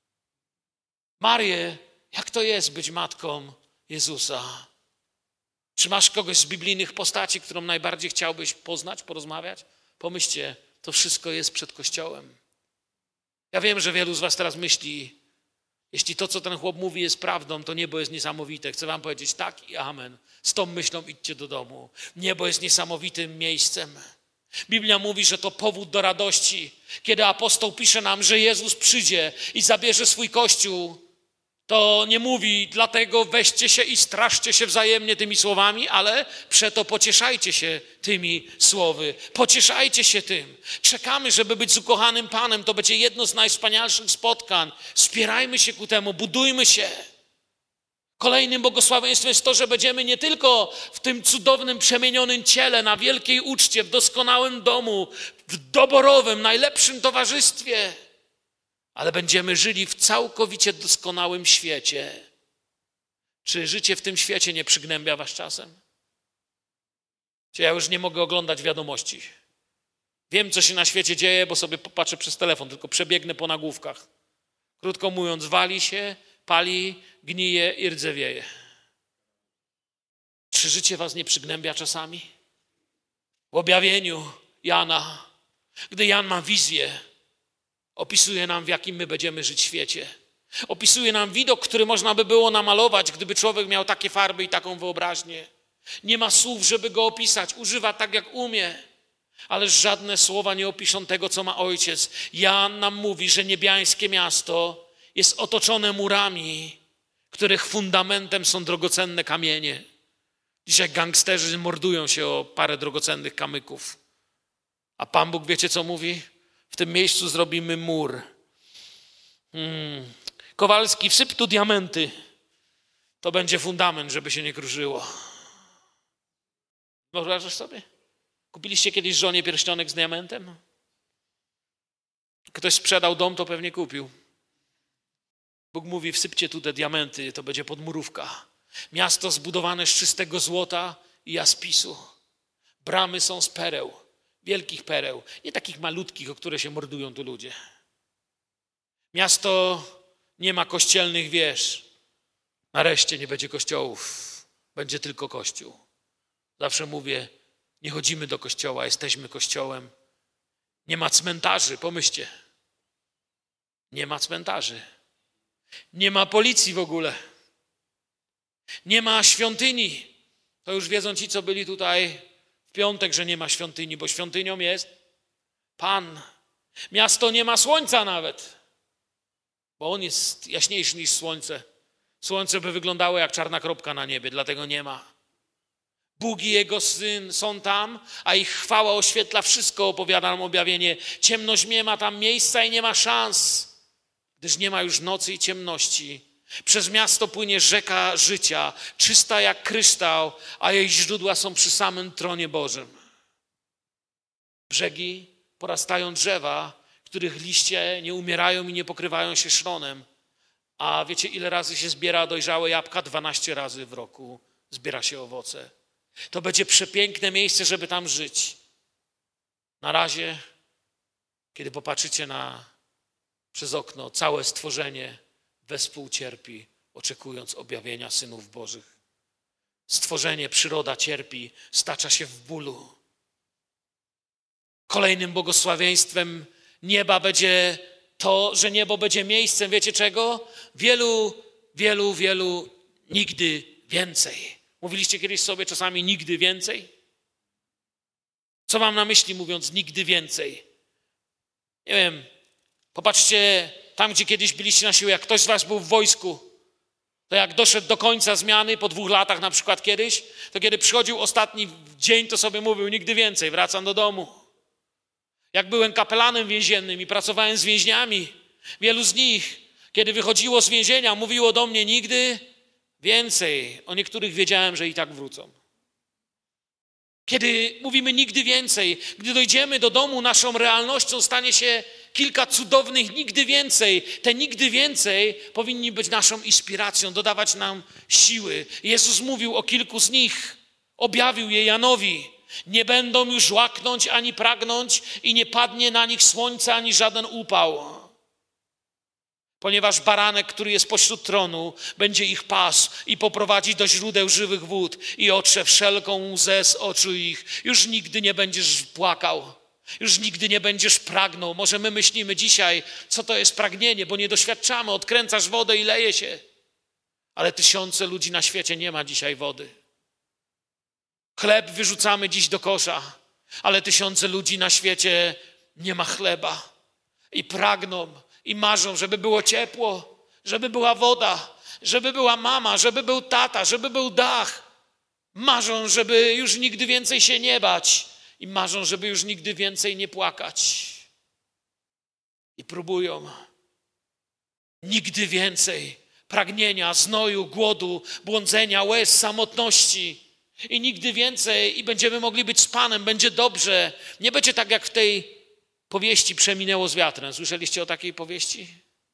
Marię, jak to jest być matką Jezusa? Czy masz kogoś z biblijnych postaci, którą najbardziej chciałbyś poznać, porozmawiać? Pomyślcie, to wszystko jest przed Kościołem. Ja wiem, że wielu z was teraz myśli, jeśli to, co ten chłop mówi, jest prawdą, to niebo jest niesamowite. Chcę wam powiedzieć tak i amen. Z tą myślą idźcie do domu. Niebo jest niesamowitym miejscem. Biblia mówi, że to powód do radości. Kiedy apostoł pisze nam, że Jezus przyjdzie i zabierze swój Kościół, to nie mówi, dlatego weźcie się i straszcie się wzajemnie tymi słowami, ale przeto pocieszajcie się tymi słowy. Pocieszajcie się tym. Czekamy, żeby być z ukochanym Panem. To będzie jedno z najwspanialszych spotkań. Wspierajmy się ku temu, budujmy się. Kolejnym błogosławieństwem jest to, że będziemy nie tylko w tym cudownym, przemienionym ciele, na wielkiej uczcie, w doskonałym domu, w doborowym, najlepszym towarzystwie, ale będziemy żyli w całkowicie doskonałym świecie. Czy życie w tym świecie nie przygnębia was czasem? Czy ja już nie mogę oglądać wiadomości? Wiem, co się na świecie dzieje, bo sobie popatrzę przez telefon, tylko przebiegnę po nagłówkach. Krótko mówiąc, wali się, pali, gnije i rdzewieje. Czy życie was nie przygnębia czasami? W objawieniu Jana, gdy Jan ma wizję, opisuje nam, w jakim my będziemy żyć świecie. Opisuje nam widok, który można by było namalować, gdyby człowiek miał takie farby i taką wyobraźnię. Nie ma słów, żeby go opisać. Używa tak, jak umie. Ale żadne słowa nie opiszą tego, co ma Ojciec. Jan nam mówi, że niebiańskie miasto jest otoczone murami, których fundamentem są drogocenne kamienie. Dzisiaj gangsterzy mordują się o parę drogocennych kamyków. A Pan Bóg, wiecie, co mówi? W tym miejscu zrobimy mur. Kowalski, wsyp tu diamenty. To będzie fundament, żeby się nie kruszyło. Wyobrażasz sobie? Kupiliście kiedyś żonie pierścionek z diamentem? Ktoś sprzedał dom, to pewnie kupił. Bóg mówi, wsypcie tu te diamenty, to będzie podmurówka. Miasto zbudowane z czystego złota i jaspisu. Bramy są z pereł, wielkich pereł, nie takich malutkich, o które się mordują tu ludzie. Miasto nie ma kościelnych wież. Nareszcie nie będzie kościołów, będzie tylko Kościół. Zawsze mówię, nie chodzimy do kościoła, jesteśmy Kościołem. Nie ma cmentarzy, pomyślcie. Nie ma cmentarzy. Nie ma policji w ogóle. Nie ma świątyni. To już wiedzą ci, co byli tutaj w piątek, że nie ma świątyni, bo świątynią jest Pan. Miasto nie ma słońca nawet, bo on jest jaśniejszy niż słońce. Słońce by wyglądało jak czarna kropka na niebie, dlatego nie ma. Bóg i Jego Syn są tam, a ich chwała oświetla wszystko, opowiada nam objawienie. Ciemność nie ma tam miejsca i nie ma szans, gdyż nie ma już nocy i ciemności. Przez miasto płynie rzeka życia, czysta jak kryształ, a jej źródła są przy samym tronie Bożym. Brzegi porastają drzewa, których liście nie umierają i nie pokrywają się szronem. A wiecie, ile razy się zbiera dojrzałe jabłka? 12 razy w roku zbiera się owoce. To będzie przepiękne miejsce, żeby tam żyć. Na razie, kiedy popatrzycie przez okno, całe stworzenie wespół cierpi, oczekując objawienia synów Bożych. Stworzenie, przyroda cierpi, stacza się w bólu. Kolejnym błogosławieństwem nieba będzie to, że niebo będzie miejscem, wiecie czego? Wielu nigdy więcej. Mówiliście kiedyś sobie czasami nigdy więcej? Co mam na myśli mówiąc nigdy więcej? Nie wiem, popatrzcie tam, gdzie kiedyś byliście na siłę, jak ktoś z was był w wojsku, To jak doszedł do końca zmiany, po 2 latach na przykład kiedyś, to kiedy przychodził ostatni dzień, to sobie mówił, nigdy więcej, wracam do domu. Jak byłem kapelanem więziennym i pracowałem z więźniami, wielu z nich, kiedy wychodziło z więzienia, mówiło do mnie nigdy więcej. O niektórych wiedziałem, że i tak wrócą. Kiedy mówimy nigdy więcej, gdy dojdziemy do domu, naszą realnością stanie się kilka cudownych nigdy więcej. Te nigdy więcej powinni być naszą inspiracją, dodawać nam siły. Jezus mówił o kilku z nich, objawił je Janowi. Nie będą już łaknąć ani pragnąć i nie padnie na nich słońce ani żaden upał. Ponieważ baranek, który jest pośród tronu, będzie ich pasł i poprowadzi do źródeł żywych wód i otrze wszelką łzę z oczu ich. Już nigdy nie będziesz płakał, już nigdy nie będziesz pragnął. Może my myślimy dzisiaj, co to jest pragnienie, bo nie doświadczamy, odkręcasz wodę i leje się. Ale tysiące ludzi na świecie nie ma dzisiaj wody. Chleb wyrzucamy dziś do kosza, ale tysiące ludzi na świecie nie ma chleba i pragną. I marzą, żeby było ciepło, żeby była woda, żeby była mama, żeby był tata, żeby był dach. Marzą, żeby już nigdy więcej się nie bać. I marzą, żeby już nigdy więcej nie płakać. I próbują. Nigdy więcej pragnienia, znoju, głodu, błądzenia, łez, samotności. I nigdy więcej i będziemy mogli być z Panem, będzie dobrze. Nie będzie tak jak w tej powieści Przeminęło z wiatrem. Słyszeliście o takiej powieści?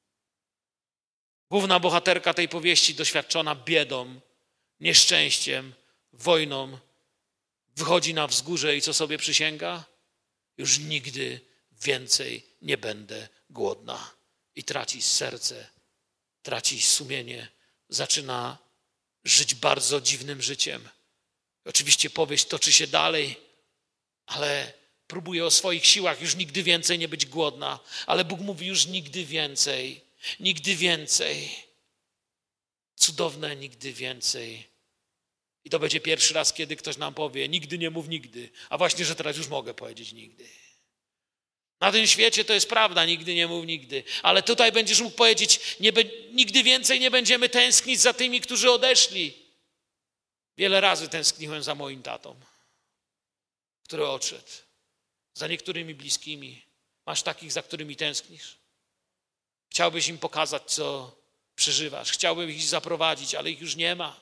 Główna bohaterka tej powieści, doświadczona biedą, nieszczęściem, wojną, wychodzi na wzgórze i co sobie przysięga? Już nigdy więcej nie będę głodna. I traci serce, traci sumienie, zaczyna żyć bardzo dziwnym życiem. Oczywiście powieść toczy się dalej, ale próbuje o swoich siłach już nigdy więcej nie być głodna, ale Bóg mówi już nigdy więcej, nigdy więcej. Cudowne nigdy więcej. I to będzie pierwszy raz, kiedy ktoś nam powie, nigdy nie mów nigdy, a właśnie, że teraz już mogę powiedzieć nigdy. Na tym świecie to jest prawda, nigdy nie mów nigdy, ale tutaj będziesz mógł powiedzieć, nigdy więcej nie będziemy tęsknić za tymi, którzy odeszli. Wiele razy tęskniłem za moim tatą, który odszedł. Za niektórymi bliskimi. Masz takich, za którymi tęsknisz? Chciałbyś im pokazać, co przeżywasz. Chciałbyś ich zaprowadzić, ale ich już nie ma.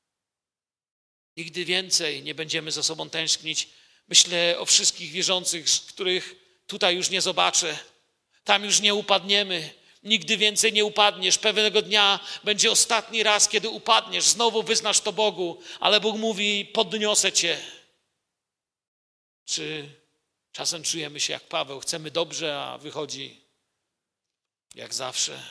Nigdy więcej nie będziemy za sobą tęsknić. Myślę o wszystkich wierzących, których tutaj już nie zobaczę. Tam już nie upadniemy. Nigdy więcej nie upadniesz. Pewnego dnia będzie ostatni raz, kiedy upadniesz. Znowu wyznasz to Bogu, ale Bóg mówi, podniosę cię. Czy czasem czujemy się jak Paweł, chcemy dobrze, a wychodzi jak zawsze.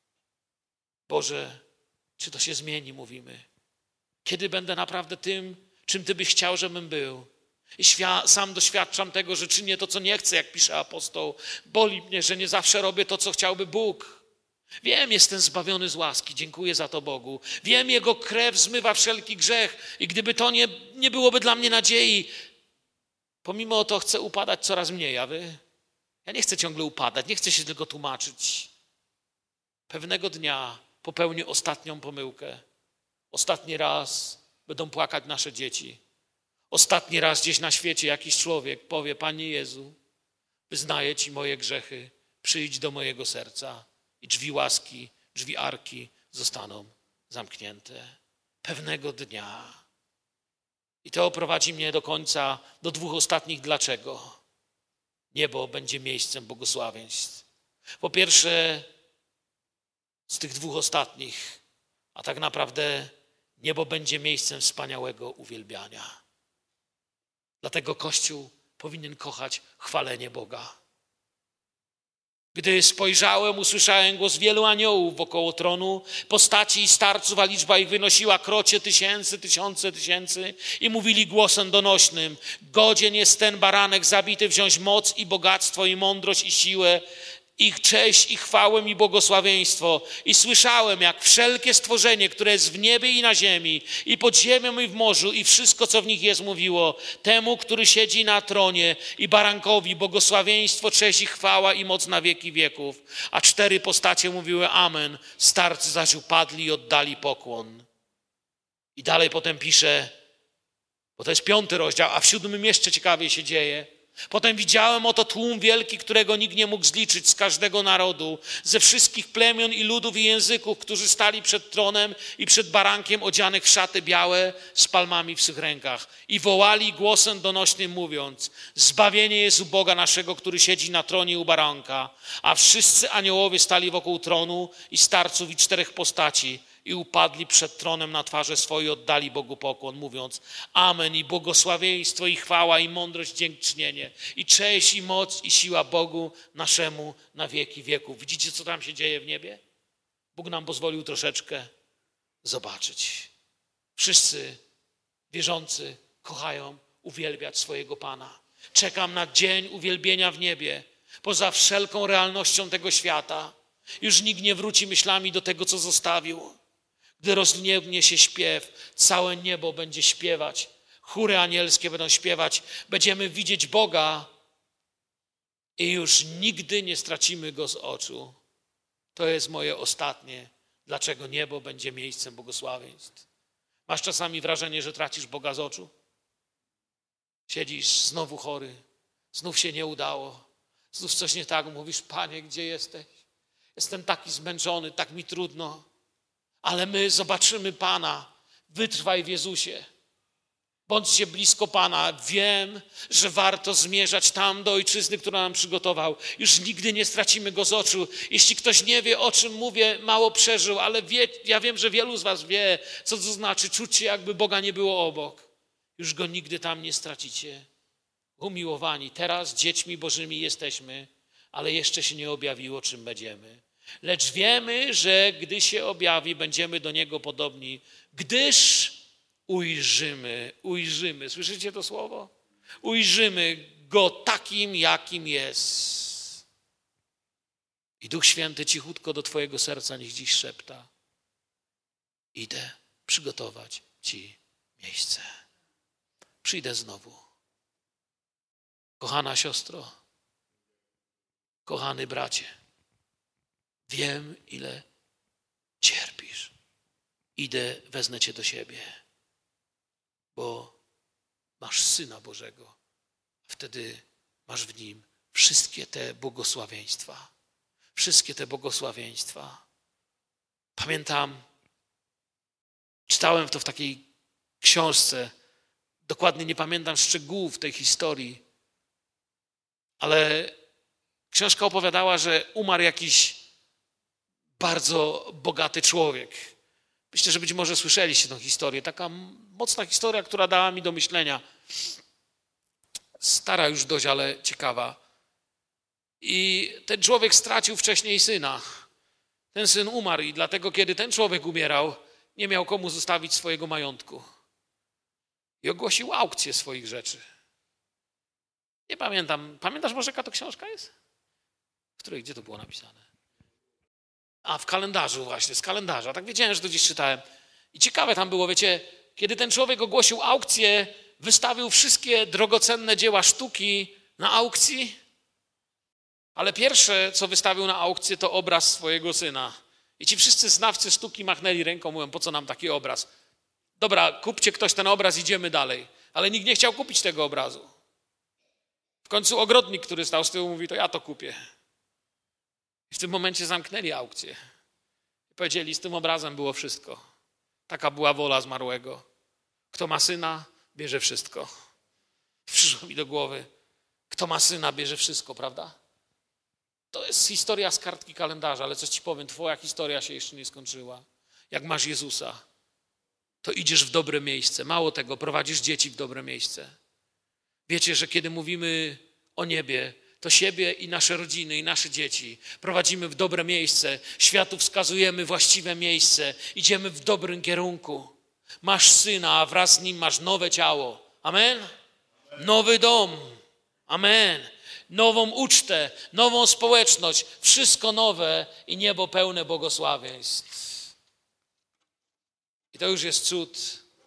Boże, czy to się zmieni, mówimy. Kiedy będę naprawdę tym, czym Ty byś chciał, żebym był? I sam doświadczam tego, że czynię to, co nie chcę, jak pisze apostoł. Boli mnie, że nie zawsze robię to, co chciałby Bóg. Wiem, jestem zbawiony z łaski, dziękuję za to Bogu. Wiem, Jego krew zmywa wszelki grzech i gdyby to nie byłoby dla mnie nadziei, pomimo to chcę upadać coraz mniej, a wy? Ja nie chcę ciągle upadać, nie chcę się tylko tłumaczyć. Pewnego dnia popełnię ostatnią pomyłkę. Ostatni raz będą płakać nasze dzieci. Ostatni raz gdzieś na świecie jakiś człowiek powie, Panie Jezu, wyznaję Ci moje grzechy, przyjdź do mojego serca i drzwi łaski, drzwi arki zostaną zamknięte. Pewnego dnia. I to prowadzi mnie do końca, do 2 ostatnich dlaczego. Niebo będzie miejscem błogosławieństw. Po pierwsze, z tych 2 ostatnich, a tak naprawdę niebo będzie miejscem wspaniałego uwielbiania. Dlatego Kościół powinien kochać chwalenie Boga. Gdy spojrzałem, usłyszałem głos wielu aniołów wokoło tronu, postaci i starców, a liczba ich wynosiła krocie tysięcy, tysiące tysięcy i mówili głosem donośnym, godzien jest ten baranek zabity wziąć moc i bogactwo i mądrość i siłę ich cześć, i chwałę, i błogosławieństwo. I słyszałem, jak wszelkie stworzenie, które jest w niebie i na ziemi, i pod ziemią, i w morzu, i wszystko, co w nich jest, mówiło temu, który siedzi na tronie, i barankowi, błogosławieństwo, cześć i chwała i moc na wieki wieków. A 4 postacie mówiły amen. Starcy zaś upadli i oddali pokłon. I dalej potem pisze, bo to jest 5 rozdział, a w 7 jeszcze ciekawiej się dzieje. Potem widziałem oto tłum wielki, którego nikt nie mógł zliczyć, z każdego narodu, ze wszystkich plemion i ludów i języków, którzy stali przed tronem i przed barankiem, odzianych w szaty białe, z palmami w swych rękach. I wołali głosem donośnym, mówiąc: zbawienie jest u Boga naszego, który siedzi na tronie u baranka. A wszyscy aniołowie stali wokół tronu i starców i 4 postaci. I upadli przed tronem na twarze swoje i oddali Bogu pokłon, mówiąc amen, i błogosławieństwo, i chwała, i mądrość, dziękczynienie, i cześć, i moc, i siła Bogu naszemu na wieki wieków. Widzicie, co tam się dzieje w niebie? Bóg nam pozwolił troszeczkę zobaczyć. Wszyscy wierzący kochają uwielbiać swojego Pana. Czekam na dzień uwielbienia w niebie, poza wszelką realnością tego świata. Już nikt nie wróci myślami do tego, co zostawił. Gdy rozlgnie się śpiew, całe niebo będzie śpiewać, chóry anielskie będą śpiewać, będziemy widzieć Boga i już nigdy nie stracimy Go z oczu. To jest moje ostatnie, dlaczego niebo będzie miejscem błogosławieństw. Masz czasami wrażenie, że tracisz Boga z oczu? Siedzisz znowu chory, znów się nie udało, znów coś nie tak, mówisz: Panie, gdzie jesteś? Jestem taki zmęczony, tak mi trudno. Ale my zobaczymy Pana. Wytrwaj w Jezusie. Bądźcie blisko Pana. Wiem, że warto zmierzać tam do ojczyzny, którą nam przygotował. Już nigdy nie stracimy Go z oczu. Jeśli ktoś nie wie, o czym mówię, mało przeżył, ale ja wiem, że wielu z was wie, co to znaczy czuć się, jakby Boga nie było obok. Już Go nigdy tam nie stracicie. Umiłowani, teraz dziećmi Bożymi jesteśmy, ale jeszcze się nie objawiło, czym będziemy. Lecz wiemy, że gdy się objawi, będziemy do Niego podobni, gdyż ujrzymy. Słyszycie to słowo? Ujrzymy Go takim, jakim jest. I Duch Święty cichutko do twojego serca niech dziś szepta: idę przygotować ci miejsce. Przyjdę znowu. Kochana siostro, kochany bracie, wiem, ile cierpisz. Idę, wezmę cię do siebie, bo masz Syna Bożego. Wtedy masz w Nim wszystkie te błogosławieństwa. Wszystkie te błogosławieństwa. Pamiętam, czytałem to w takiej książce. Dokładnie nie pamiętam szczegółów tej historii, ale książka opowiadała, że umarł jakiś bardzo bogaty człowiek. Myślę, że być może słyszeliście tę historię. Taka mocna historia, która dała mi do myślenia. Stara już dość, ale ciekawa. I ten człowiek stracił wcześniej syna. Ten syn umarł i dlatego, kiedy ten człowiek umierał, nie miał komu zostawić swojego majątku. I ogłosił aukcję swoich rzeczy. Nie pamiętam. Pamiętasz może, jaka to książka jest? W której, gdzie to było napisane? A, w kalendarzu właśnie, z kalendarza. Tak wiedziałem, że to gdzieś czytałem. I ciekawe tam było, wiecie, kiedy ten człowiek ogłosił aukcję, wystawił wszystkie drogocenne dzieła sztuki na aukcji, ale pierwsze, co wystawił na aukcję, to obraz swojego syna. I ci wszyscy znawcy sztuki machnęli ręką, mówią: po co nam taki obraz? Dobra, kupcie ktoś ten obraz, idziemy dalej. Ale nikt nie chciał kupić tego obrazu. W końcu ogrodnik, który stał z tyłu, mówi: to ja to kupię. I w tym momencie zamknęli aukcję. I powiedzieli: z tym obrazem było wszystko. Taka była wola zmarłego. Kto ma syna, bierze wszystko. Przyszło mi do głowy: kto ma syna, bierze wszystko, prawda? To jest historia z kartki kalendarza, ale coś ci powiem, twoja historia się jeszcze nie skończyła. Jak masz Jezusa, to idziesz w dobre miejsce. Mało tego, prowadzisz dzieci w dobre miejsce. Wiecie, że kiedy mówimy o niebie, to siebie i nasze rodziny, i nasze dzieci prowadzimy w dobre miejsce. Światu wskazujemy właściwe miejsce. Idziemy w dobrym kierunku. Masz syna, a wraz z nim masz nowe ciało. Amen? Nowy dom. Amen. nową ucztę, nową społeczność, wszystko nowe i niebo pełne błogosławieństw. I to już jest cud,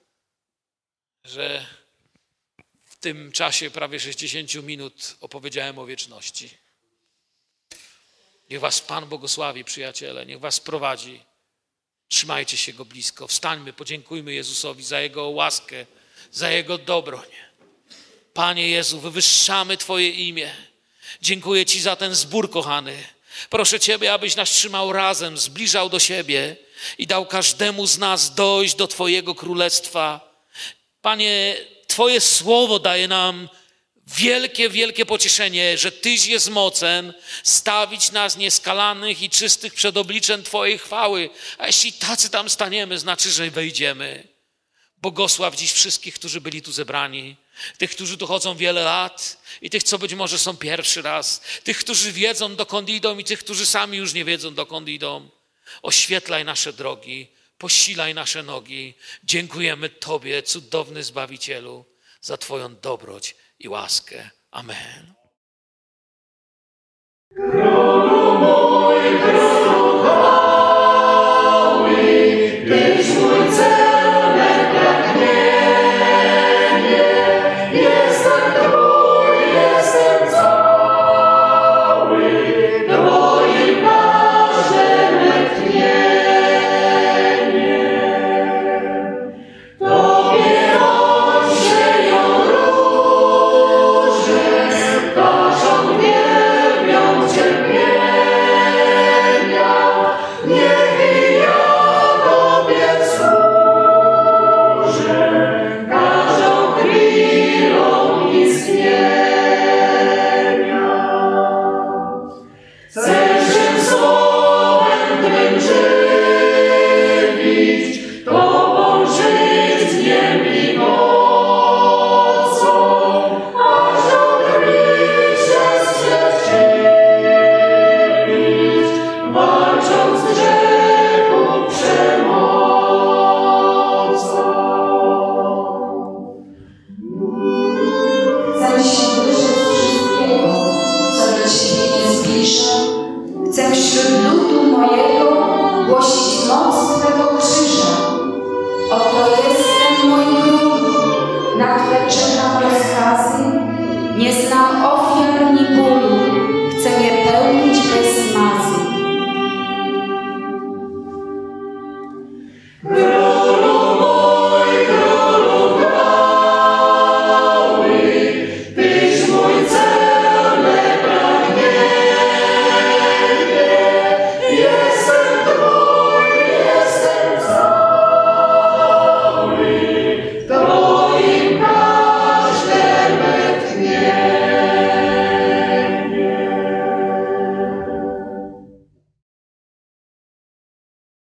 że w tym czasie prawie 60 minut opowiedziałem o wieczności. Niech was Pan błogosławi, przyjaciele, niech was prowadzi. Trzymajcie się Go blisko. Wstańmy, podziękujmy Jezusowi za Jego łaskę, za Jego dobroń. Panie Jezu, wywyższamy Twoje imię. Dziękuję Ci za ten zbór, kochany. Proszę Ciebie, abyś nas trzymał razem, zbliżał do siebie i dał każdemu z nas dojść do Twojego królestwa. Panie, Twoje słowo daje nam wielkie, wielkie pocieszenie, że Tyś jest mocen stawić nas nieskalanych i czystych przed obliczem Twojej chwały. A jeśli tacy tam staniemy, znaczy, że wejdziemy. Błogosław dziś wszystkich, którzy byli tu zebrani. Tych, którzy tu chodzą wiele lat i tych, co być może są pierwszy raz. Tych, którzy wiedzą, dokąd idą i tych, którzy sami już nie wiedzą, dokąd idą. Oświetlaj nasze drogi, posilaj nasze nogi. Dziękujemy Tobie, cudowny Zbawicielu, za Twoją dobroć i łaskę. Amen.